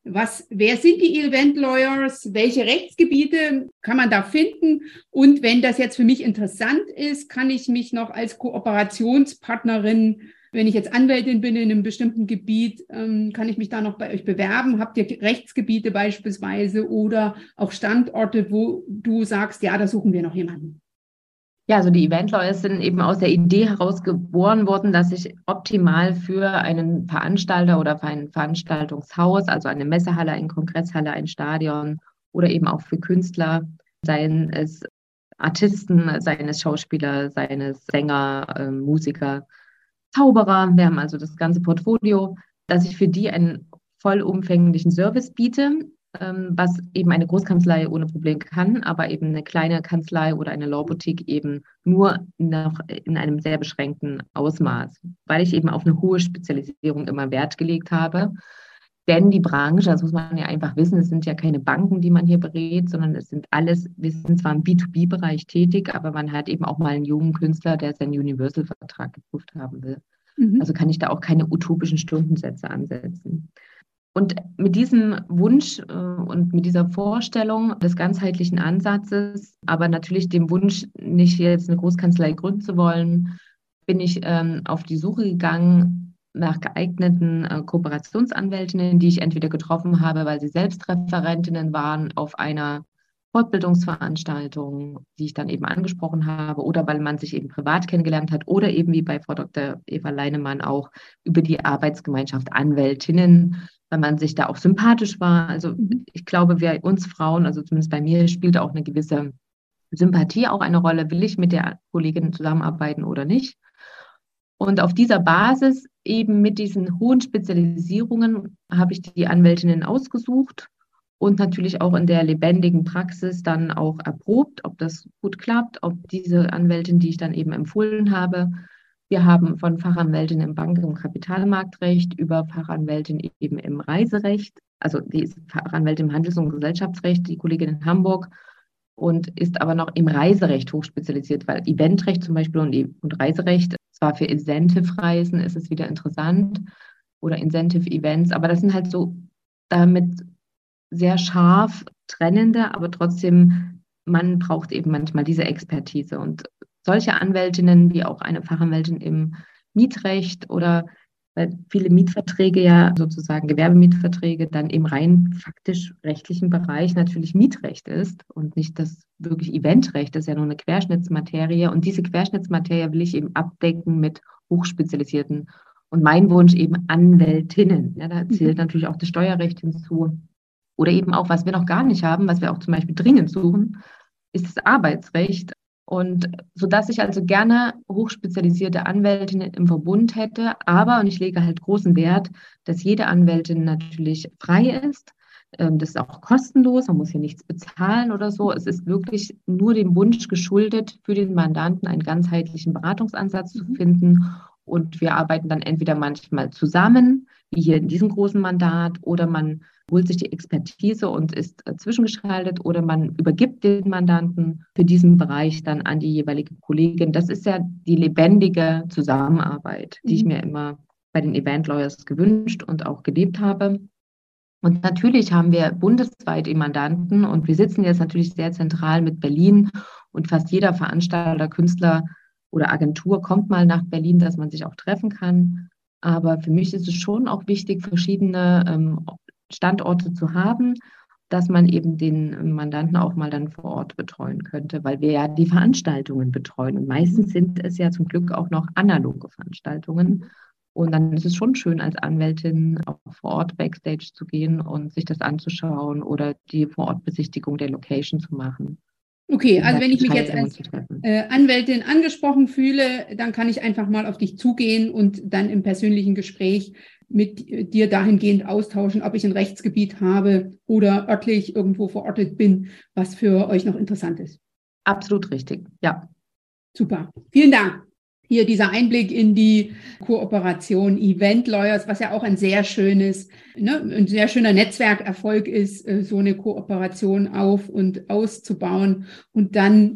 Wer sind die Event Lawyers? Welche Rechtsgebiete kann man da finden? Und wenn das jetzt für mich interessant ist, kann ich mich noch als Kooperationspartnerin, wenn ich jetzt Anwältin bin in einem bestimmten Gebiet, kann ich mich da noch bei euch bewerben? Habt ihr Rechtsgebiete beispielsweise oder auch Standorte, wo du sagst, ja, da suchen wir noch jemanden? Ja, also die Event Lawyers sind eben aus der Idee heraus geboren worden, dass ich optimal für einen Veranstalter oder für ein Veranstaltungshaus, also eine Messehalle, eine Kongresshalle, ein Stadion oder eben auch für Künstler, seien es Artisten, seien es Schauspieler, seien es Sänger, Musiker, Zauberer, wir haben also das ganze Portfolio, dass ich für die einen vollumfänglichen Service biete, was eben eine Großkanzlei ohne Problem kann, aber eben eine kleine Kanzlei oder eine Law-Boutique eben nur noch in einem sehr beschränkten Ausmaß, weil ich eben auf eine hohe Spezialisierung immer Wert gelegt habe. Denn die Branche, das muss man ja einfach wissen, es sind ja keine Banken, die man hier berät, sondern es sind alles, wir sind zwar im B2B-Bereich tätig, aber man hat eben auch mal einen jungen Künstler, der seinen Universal-Vertrag geprüft haben will. Also Mhm. kann ich da auch keine utopischen Stundensätze ansetzen. Und mit diesem Wunsch und mit dieser Vorstellung des ganzheitlichen Ansatzes, aber natürlich dem Wunsch, nicht jetzt eine Großkanzlei gründen zu wollen, bin ich auf die Suche gegangen nach geeigneten Kooperationsanwältinnen, die ich entweder getroffen habe, weil sie selbst Referentinnen waren auf einer Fortbildungsveranstaltung, die ich dann eben angesprochen habe, oder weil man sich eben privat kennengelernt hat, oder eben wie bei Frau Dr. Eva Leinemann auch über die Arbeitsgemeinschaft Anwältinnen, weil man sich da auch sympathisch war. Also Mhm. ich glaube, wir uns Frauen, also zumindest bei mir, spielt auch eine gewisse Sympathie auch eine Rolle. Will ich mit der Kollegin zusammenarbeiten oder nicht? Und auf dieser Basis, eben mit diesen hohen Spezialisierungen, habe ich die Anwältinnen ausgesucht und natürlich auch in der lebendigen Praxis dann auch erprobt, ob das gut klappt, ob diese Anwältin, die ich dann eben empfohlen habe, wir haben von Fachanwältin im Banken- und Kapitalmarktrecht über Fachanwältin eben im Reiserecht, also die ist Fachanwältin im Handels- und Gesellschaftsrecht, die Kollegin in Hamburg, und ist aber noch im Reiserecht hochspezialisiert, weil Eventrecht zum Beispiel und Reiserecht, zwar für Incentive-Reisen ist es wieder interessant oder Incentive-Events, aber das sind halt so damit sehr scharf trennende, aber trotzdem, man braucht eben manchmal diese Expertise. Und solche Anwältinnen wie auch eine Fachanwältin im Mietrecht oder weil viele Mietverträge ja sozusagen Gewerbemietverträge dann im rein faktisch rechtlichen Bereich natürlich Mietrecht ist und nicht das wirklich Eventrecht, das ist ja nur eine Querschnittsmaterie. Und diese Querschnittsmaterie will ich eben abdecken mit hochspezialisierten und mein Wunsch eben Anwältinnen. Ja, da zählt Mhm. natürlich auch das Steuerrecht hinzu. Oder eben auch, was wir noch gar nicht haben, was wir auch zum Beispiel dringend suchen, ist das Arbeitsrecht. Und so dass ich also gerne hochspezialisierte Anwältinnen im Verbund hätte, aber, und ich lege halt großen Wert, dass jede Anwältin natürlich frei ist. Das ist auch kostenlos, man muss hier nichts bezahlen oder so. Es ist wirklich nur dem Wunsch geschuldet, für den Mandanten einen ganzheitlichen Beratungsansatz zu Mhm. finden. Und wir arbeiten dann entweder manchmal zusammen, wie hier in diesem großen Mandat, oder man holt sich die Expertise und ist zwischengeschaltet, oder man übergibt den Mandanten für diesen Bereich dann an die jeweilige Kollegin. Das ist ja die lebendige Zusammenarbeit, die ich Mhm. mir immer bei den Event Lawyers gewünscht und auch gelebt habe. Und natürlich haben wir bundesweit Mandanten und wir sitzen jetzt natürlich sehr zentral mit Berlin und fast jeder Veranstalter, Künstler oder Agentur kommt mal nach Berlin, dass man sich auch treffen kann. Aber für mich ist es schon auch wichtig, verschiedene Standorte zu haben, dass man eben den Mandanten auch mal dann vor Ort betreuen könnte, weil wir ja die Veranstaltungen betreuen. Und Mhm. meistens sind es ja zum Glück auch noch analoge Veranstaltungen. Und dann ist es schon schön, als Anwältin auch vor Ort Backstage zu gehen und sich das anzuschauen oder die Vorortbesichtigung der Location zu machen, Okay, um also da wenn ich mich jetzt Entscheidungen als zu treffen. Anwältin angesprochen fühle, dann kann ich einfach mal auf dich zugehen und dann im persönlichen Gespräch mit dir dahingehend austauschen, ob ich ein Rechtsgebiet habe oder örtlich irgendwo verortet bin, was für euch noch interessant ist. Absolut richtig, ja. Super. Vielen Dank. Hier dieser Einblick in die Kooperation Event Lawyers, was ja auch ein sehr schönes, ne, ein sehr schöner Netzwerkerfolg ist, so eine Kooperation auf- und auszubauen und dann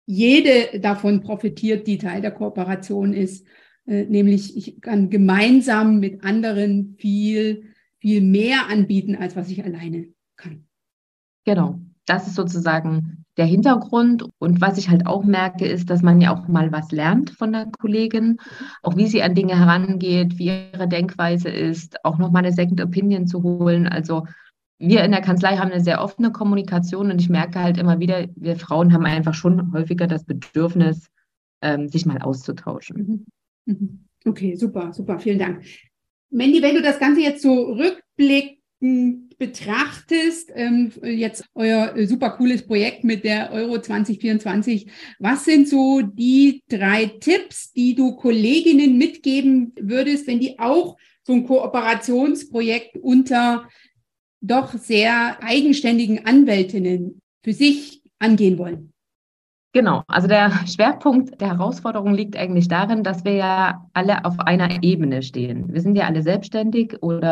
jede davon profitiert, die Teil der Kooperation ist, nämlich ich kann gemeinsam mit anderen viel mehr anbieten, als was ich alleine kann. Genau, das ist sozusagen der Hintergrund. Und was ich halt auch merke, ist, dass man ja auch mal was lernt von der Kollegin, auch wie sie an Dinge herangeht, wie ihre Denkweise ist, auch nochmal eine Second Opinion zu holen. Also wir in der Kanzlei haben eine sehr offene Kommunikation und ich merke halt immer wieder, wir Frauen haben einfach schon häufiger das Bedürfnis, sich mal auszutauschen. Mhm. Mhm. Okay, super, super, vielen Dank. Mandy, wenn du das Ganze jetzt so rückblickend betrachtest, jetzt euer super cooles Projekt mit der Euro 2024, was sind so die 3 Tipps, die du Kolleginnen mitgeben würdest, wenn die auch so ein Kooperationsprojekt unter doch sehr eigenständigen Anwältinnen für sich angehen wollen? Genau, also der Schwerpunkt der Herausforderung liegt eigentlich darin, dass wir ja alle auf einer Ebene stehen. Wir sind ja alle selbstständig oder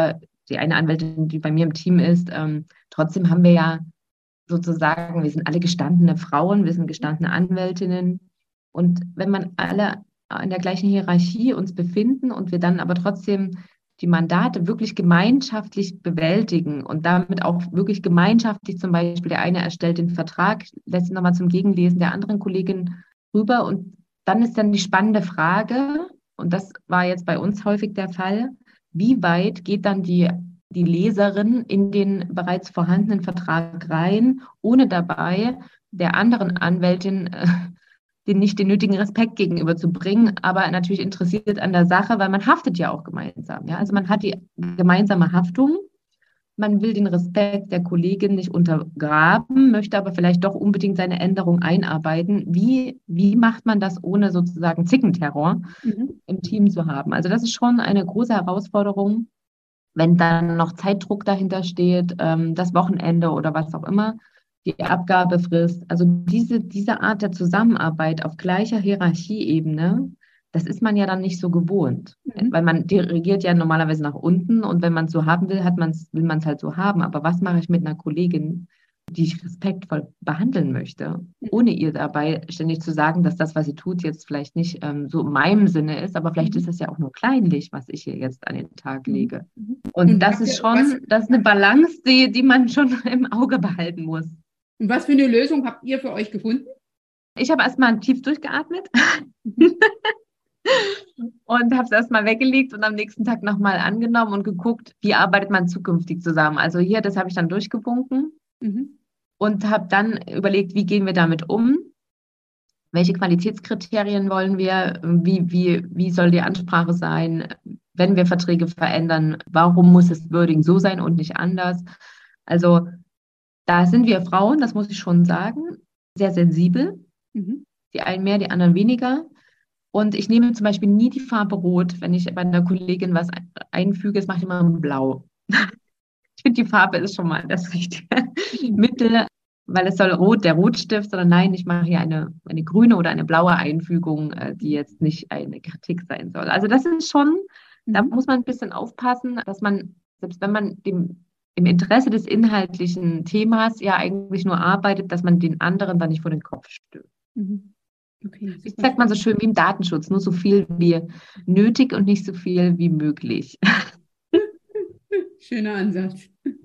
die eine Anwältin, die bei mir im Team ist. Trotzdem haben wir ja sozusagen, wir sind alle gestandene Frauen, wir sind gestandene Anwältinnen. Und wenn man alle in der gleichen Hierarchie uns befinden und wir dann aber trotzdem die Mandate wirklich gemeinschaftlich bewältigen und damit auch wirklich gemeinschaftlich, zum Beispiel der eine erstellt den Vertrag, lässt ihn nochmal zum Gegenlesen der anderen Kollegin rüber, und dann ist dann die spannende Frage, und das war jetzt bei uns häufig der Fall: Wie weit geht dann die Leserin in den bereits vorhandenen Vertrag rein, ohne dabei der anderen Anwältin den nicht den nötigen Respekt gegenüberzubringen, aber natürlich interessiert an der Sache, weil man haftet ja auch gemeinsam. Ja? Also man hat die gemeinsame Haftung, man will den Respekt der Kollegin nicht untergraben, möchte aber vielleicht doch unbedingt seine Änderung einarbeiten. Wie macht man das, ohne sozusagen Zickenterror im Team zu haben? Also das ist schon eine große Herausforderung, wenn dann noch Zeitdruck dahinter steht, das Wochenende oder was auch immer, die Abgabefrist. Also diese Art der Zusammenarbeit auf gleicher Hierarchieebene, das ist man ja dann nicht so gewohnt. Weil man dirigiert ja normalerweise nach unten, und wenn man es so haben will, will man es halt so haben. Aber was mache ich mit einer Kollegin, die ich respektvoll behandeln möchte, ohne ihr dabei ständig zu sagen, dass das, was sie tut, jetzt vielleicht nicht so in meinem Sinne ist, aber vielleicht ist es ja auch nur kleinlich, was ich hier jetzt an den Tag lege. Und das ist eine Balance, die man schon im Auge behalten muss. Und was für eine Lösung habt ihr für euch gefunden? Ich habe erstmal tief durchgeatmet und habe es erstmal weggelegt und am nächsten Tag nochmal angenommen und geguckt, wie arbeitet man zukünftig zusammen. Also hier, das habe ich dann durchgewunken und habe dann überlegt, wie gehen wir damit um? Welche Qualitätskriterien wollen wir? Wie soll die Ansprache sein? Wenn wir Verträge verändern, warum muss das Wording so sein und nicht anders? Also da sind wir Frauen, das muss ich schon sagen, sehr sensibel. Die einen mehr, die anderen weniger. Und ich nehme zum Beispiel nie die Farbe Rot, wenn ich bei einer Kollegin was einfüge, das mache ich immer in Blau. Ich finde, die Farbe ist schon mal das richtige Mittel, weil es soll der Rotstift, sondern nein, ich mache hier eine grüne oder eine blaue Einfügung, die jetzt nicht eine Kritik sein soll. Also das ist schon, da muss man ein bisschen aufpassen, dass man, selbst wenn man im Interesse des inhaltlichen Themas ja eigentlich nur arbeitet, dass man den anderen dann nicht vor den Kopf stößt. Okay, wie sagt man so schön, wie im Datenschutz, nur so viel wie nötig und nicht so viel wie möglich. Schöner Ansatz.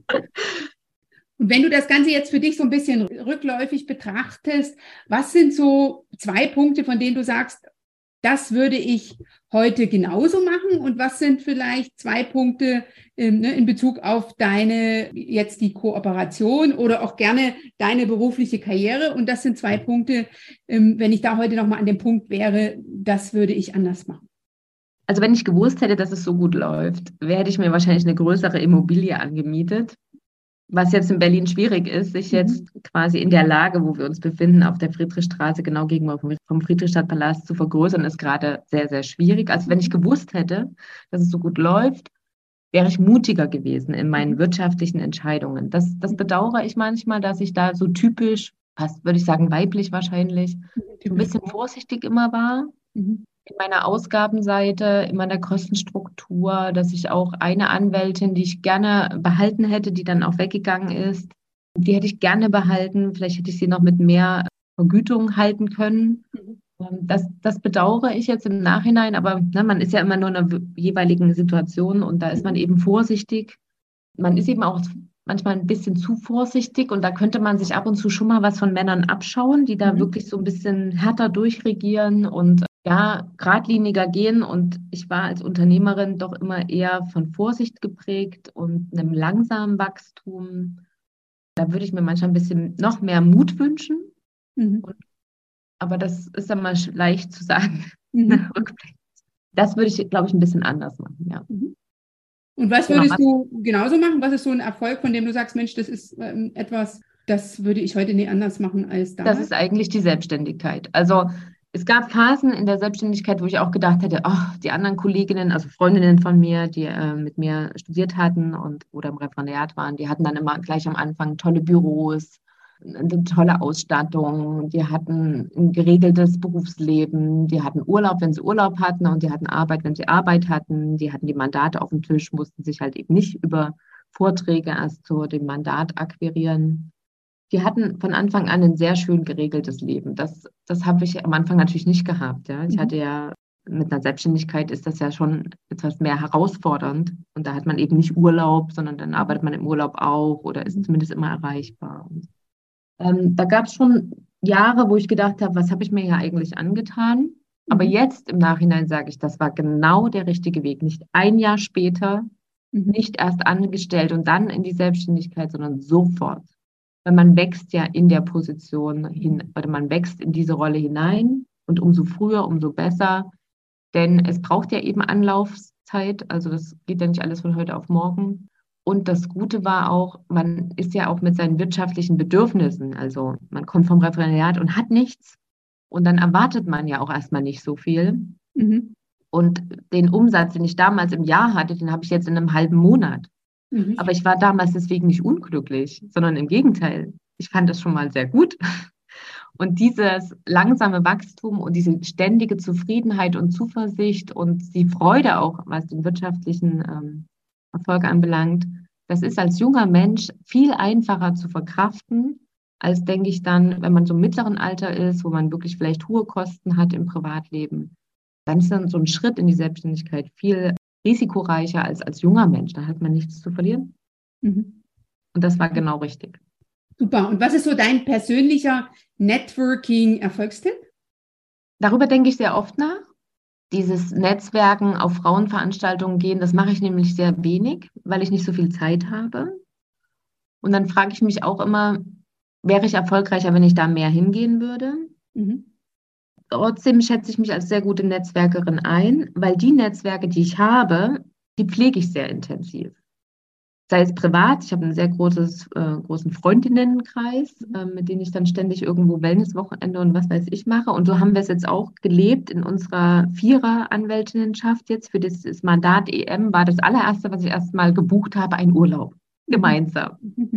Und wenn du das Ganze jetzt für dich so ein bisschen rückläufig betrachtest, was sind so 2 Punkte, von denen du sagst, das würde ich heute genauso machen, und was sind vielleicht 2 Punkte in Bezug auf jetzt die Kooperation oder auch gerne deine berufliche Karriere, und das sind 2 Punkte, wenn ich da heute nochmal an dem Punkt wäre, das würde ich anders machen. Also wenn ich gewusst hätte, dass es so gut läuft, hätte ich mir wahrscheinlich eine größere Immobilie angemietet. Was jetzt in Berlin schwierig ist, sich jetzt quasi in der Lage, wo wir uns befinden, auf der Friedrichstraße, genau gegenüber vom Friedrichstadtpalast zu vergrößern, ist gerade sehr, sehr schwierig. Also wenn ich gewusst hätte, dass es so gut läuft, wäre ich mutiger gewesen in meinen wirtschaftlichen Entscheidungen. Das bedauere ich manchmal, dass ich da so typisch, fast würde ich sagen weiblich wahrscheinlich, ein bisschen vorsichtig immer war. In meiner Ausgabenseite, in meiner Kostenstruktur, dass ich auch eine Anwältin, die ich gerne behalten hätte, die dann auch weggegangen ist, die hätte ich gerne behalten. Vielleicht hätte ich sie noch mit mehr Vergütung halten können. Das bedauere ich jetzt im Nachhinein, aber man ist ja immer nur in einer jeweiligen Situation, und da ist man eben vorsichtig. Man ist eben auch manchmal ein bisschen zu vorsichtig, und da könnte man sich ab und zu schon mal was von Männern abschauen, die da wirklich so ein bisschen härter durchregieren und geradliniger gehen. Und ich war als Unternehmerin doch immer eher von Vorsicht geprägt und einem langsamen Wachstum. Da würde ich mir manchmal ein bisschen noch mehr Mut wünschen. Aber das ist dann mal leicht zu sagen. Das würde ich, glaube ich, ein bisschen anders machen, ja. Und was würdest du genauso machen? Was ist so ein Erfolg, von dem du sagst, Mensch, das ist etwas, das würde ich heute nie anders machen als damals? Das ist eigentlich die Selbstständigkeit. Also es gab Phasen in der Selbstständigkeit, wo ich auch gedacht hätte, die anderen Kolleginnen, also Freundinnen von mir, die mit mir studiert hatten oder im Referendariat waren, die hatten dann immer gleich am Anfang tolle Büros, eine tolle Ausstattung, die hatten ein geregeltes Berufsleben, die hatten Urlaub, wenn sie Urlaub hatten und die hatten Arbeit, wenn sie Arbeit hatten, die hatten die Mandate auf dem Tisch, mussten sich halt eben nicht über Vorträge erst zu dem Mandat akquirieren. Die hatten von Anfang an ein sehr schön geregeltes Leben. Das habe ich am Anfang natürlich nicht gehabt. Ja. Ich hatte ja mit einer Selbstständigkeit ist das ja schon etwas mehr herausfordernd. Und da hat man eben nicht Urlaub, sondern dann arbeitet man im Urlaub auch oder ist zumindest immer erreichbar. Und, da gab es schon Jahre, wo ich gedacht habe, was habe ich mir hier eigentlich angetan? Aber jetzt im Nachhinein sage ich, das war genau der richtige Weg. Nicht ein Jahr später, nicht erst angestellt und dann in die Selbstständigkeit, sondern sofort. Weil man wächst ja in der Position hin, oder man wächst in diese Rolle hinein und umso früher, umso besser. Denn es braucht ja eben Anlaufzeit, also das geht ja nicht alles von heute auf morgen. Und das Gute war auch, man ist ja auch mit seinen wirtschaftlichen Bedürfnissen, also man kommt vom Referendariat und hat nichts und dann erwartet man ja auch erstmal nicht so viel. Und den Umsatz, den ich damals im Jahr hatte, den habe ich jetzt in einem halben Monat. Aber ich war damals deswegen nicht unglücklich, sondern im Gegenteil. Ich fand das schon mal sehr gut. Und dieses langsame Wachstum und diese ständige Zufriedenheit und Zuversicht und die Freude auch, was den wirtschaftlichen Erfolg anbelangt, das ist als junger Mensch viel einfacher zu verkraften, als, denke ich, dann, wenn man so im mittleren Alter ist, wo man wirklich vielleicht hohe Kosten hat im Privatleben. Dann ist dann so ein Schritt in die Selbstständigkeit viel risikoreicher als junger Mensch. Da hat man nichts zu verlieren. Und das war genau richtig. Super. Und was ist so dein persönlicher Networking-Erfolgstipp? Darüber denke ich sehr oft nach. Dieses Netzwerken auf Frauenveranstaltungen gehen, das mache ich nämlich sehr wenig, weil ich nicht so viel Zeit habe. Und dann frage ich mich auch immer, wäre ich erfolgreicher, wenn ich da mehr hingehen würde? Trotzdem schätze ich mich als sehr gute Netzwerkerin ein, weil die Netzwerke, die ich habe, die pflege ich sehr intensiv. Sei es privat, ich habe einen sehr großen Freundinnenkreis, mit denen ich dann ständig irgendwo Wellnesswochenende und was weiß ich mache. Und so haben wir es jetzt auch gelebt in unserer Vierer-Anwältinnenschaft jetzt. Für das Mandat EM war das allererste, was ich erst mal gebucht habe, ein Urlaub. Gemeinsam.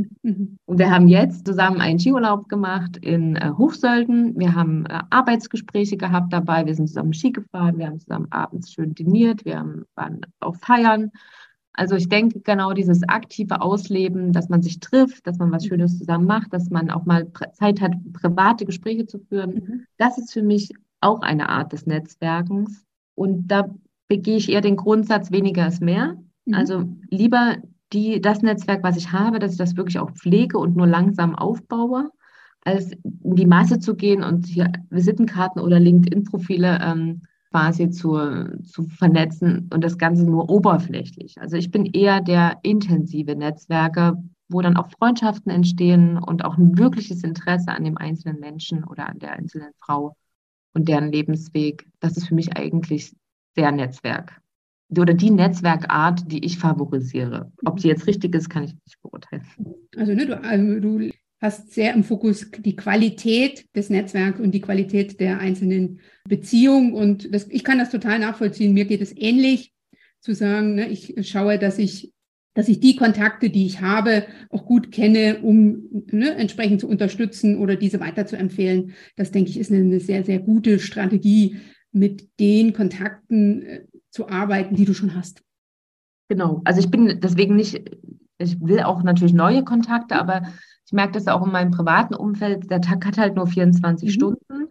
Und wir haben jetzt zusammen einen Skiurlaub gemacht in Hochsölden. Wir haben Arbeitsgespräche gehabt dabei. Wir sind zusammen Ski gefahren. Wir haben zusammen abends schön diniert. Waren auf Feiern. Also ich denke, genau dieses aktive Ausleben, dass man sich trifft, dass man was Schönes zusammen macht, dass man auch mal Zeit hat, private Gespräche zu führen, das ist für mich auch eine Art des Netzwerkens. Und da begehe ich eher den Grundsatz, weniger ist mehr. Also lieber das Netzwerk, was ich habe, dass ich das wirklich auch pflege und nur langsam aufbaue, als in die Masse zu gehen und hier Visitenkarten oder LinkedIn-Profile quasi zu vernetzen und das Ganze nur oberflächlich. Also ich bin eher der intensive Netzwerker, wo dann auch Freundschaften entstehen und auch ein wirkliches Interesse an dem einzelnen Menschen oder an der einzelnen Frau und deren Lebensweg. Das ist für mich eigentlich der Netzwerk. Oder die Netzwerkart, die ich favorisiere. Ob sie jetzt richtig ist, kann ich nicht beurteilen. Also du hast sehr im Fokus die Qualität des Netzwerks und die Qualität der einzelnen Beziehungen. Und ich kann das total nachvollziehen. Mir geht es ähnlich, zu sagen, ne, ich schaue, dass ich die Kontakte, die ich habe, auch gut kenne, um entsprechend zu unterstützen oder diese weiterzuempfehlen. Das, denke ich, ist eine sehr, sehr gute Strategie, mit den Kontakten zu arbeiten, die du schon hast. Genau. Also ich bin deswegen nicht, ich will auch natürlich neue Kontakte, aber ich merke das auch in meinem privaten Umfeld, der Tag hat halt nur 24 Stunden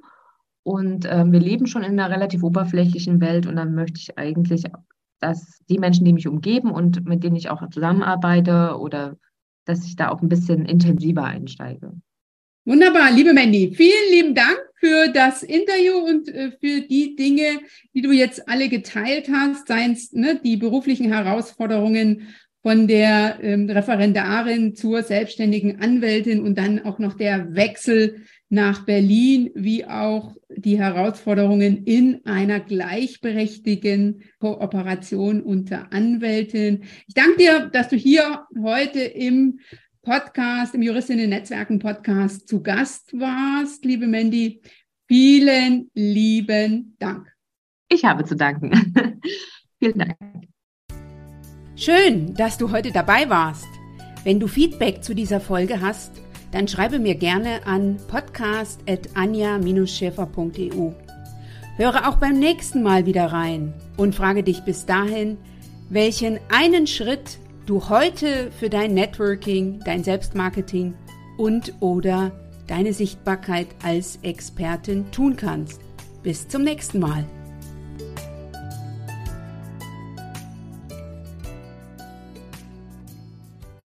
und wir leben schon in einer relativ oberflächlichen Welt und dann möchte ich eigentlich, dass die Menschen, die mich umgeben und mit denen ich auch zusammenarbeite oder dass ich da auch ein bisschen intensiver einsteige. Wunderbar, liebe Mandy, vielen lieben Dank für das Interview und für die Dinge, die du jetzt alle geteilt hast, seien es die beruflichen Herausforderungen von der Referendarin zur selbstständigen Anwältin und dann auch noch der Wechsel nach Berlin, wie auch die Herausforderungen in einer gleichberechtigten Kooperation unter Anwältinnen. Ich danke dir, dass du hier heute im Podcast, im Juristinnen-Netzwerken-Podcast zu Gast warst, liebe Mandy. Vielen lieben Dank. Ich habe zu danken. Vielen Dank. Schön, dass du heute dabei warst. Wenn du Feedback zu dieser Folge hast, dann schreibe mir gerne an podcast@anja-schäfer.eu. Höre auch beim nächsten Mal wieder rein und frage dich bis dahin, welchen einen Schritt du heute für dein Networking, dein Selbstmarketing und oder deine Sichtbarkeit als Expertin tun kannst. Bis zum nächsten Mal.